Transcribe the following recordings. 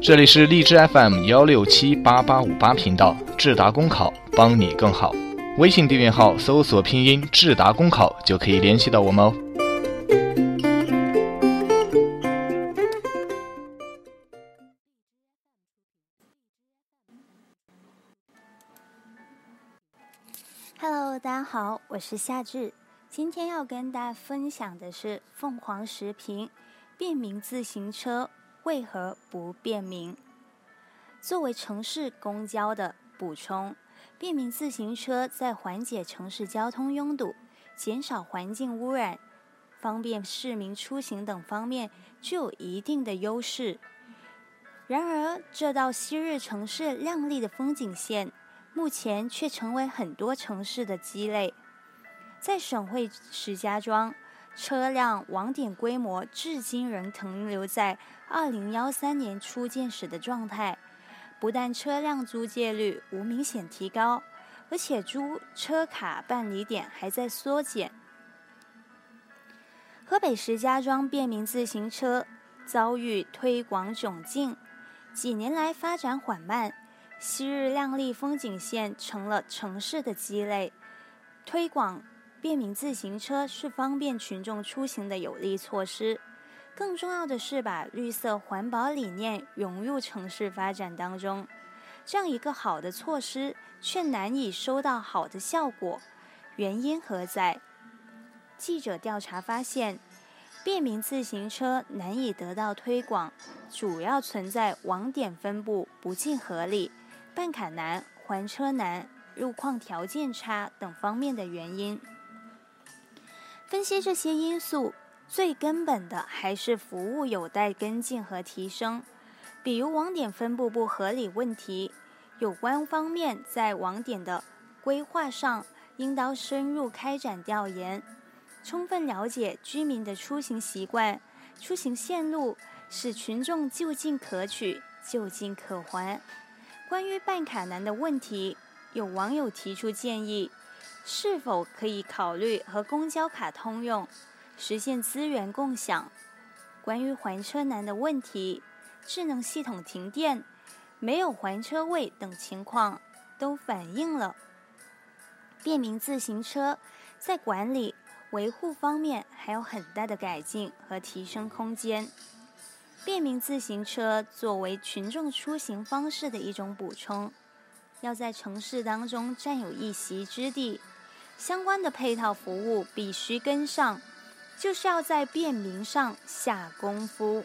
这里是荔枝 FM1678858频道，智达公考，帮你更好。微信订阅号搜索拼音智达公考就可以联系到我们哦。 Hello， 大家好，我是夏至。今天要跟大家分享的是凤凰时评：便民自行车为何不便民？作为城市公交的补充，便民自行车在缓解城市交通拥堵、减少环境污染、方便市民出行等方面具有一定的优势。然而，这道昔日城市亮丽的风景线，目前却成为很多城市的鸡肋。在省会石家庄，车辆网点规模至今仍停留在2013年初建时的状态，不但车辆租借率无明显提高，而且租车卡办理点还在缩减。河北石家庄便民自行车遭遇推广窘境，几年来发展缓慢，昔日亮丽风景线成了城市的鸡肋。推广便民自行车是方便群众出行的有力措施，更重要的是把绿色环保理念融入城市发展当中。这样一个好的措施却难以收到好的效果，原因何在？记者调查发现，便民自行车难以得到推广，主要存在网点分布不尽合理、办卡难、还车难、路况条件差等方面的原因。分析这些因素，最根本的还是服务有待跟进和提升。比如网点分布不合理问题，有关方面在网点的规划上应当深入开展调研，充分了解居民的出行习惯、出行线路，使群众就近可取、就近可还。关于办卡难的问题，有网友提出建议，是否可以考虑和公交卡通用，实现资源共享？关于还车难的问题，智能系统停电、没有还车位等情况都反映了便民自行车在管理、维护方面还有很大的改进和提升空间。便民自行车作为群众出行方式的一种补充，要在城市当中占有一席之地，相关的配套服务必须跟上，就是要在便民上下功夫。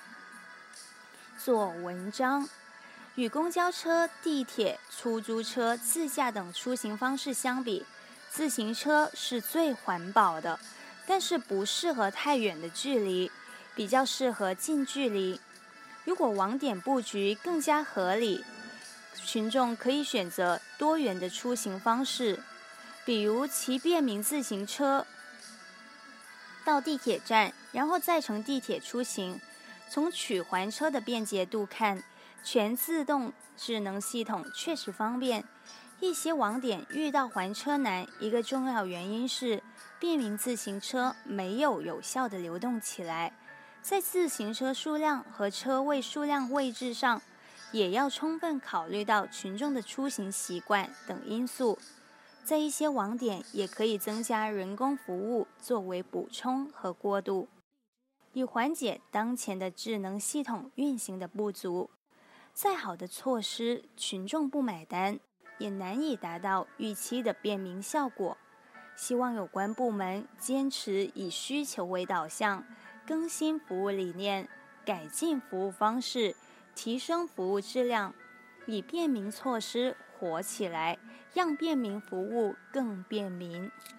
做文章，与公交车、地铁、出租车、自驾等出行方式相比，自行车是最环保的，但是不适合太远的距离，比较适合近距离。如果网点布局更加合理，群众可以选择多元的出行方式，比如骑便民自行车到地铁站，然后再乘地铁出行。从取还车的便捷度看，全自动智能系统确实方便。一些网点遇到还车难，一个重要原因是便民自行车没有有效的流动起来。在自行车数量和车位数量位置上，也要充分考虑到群众的出行习惯等因素。在一些网点也可以增加人工服务作为补充和过渡，以缓解当前的智能系统运行的不足。再好的措施，群众不买单，也难以达到预期的便民效果。希望有关部门坚持以需求为导向，更新服务理念，改进服务方式，提升服务质量，以便民措施活起来，让便民服务更便民。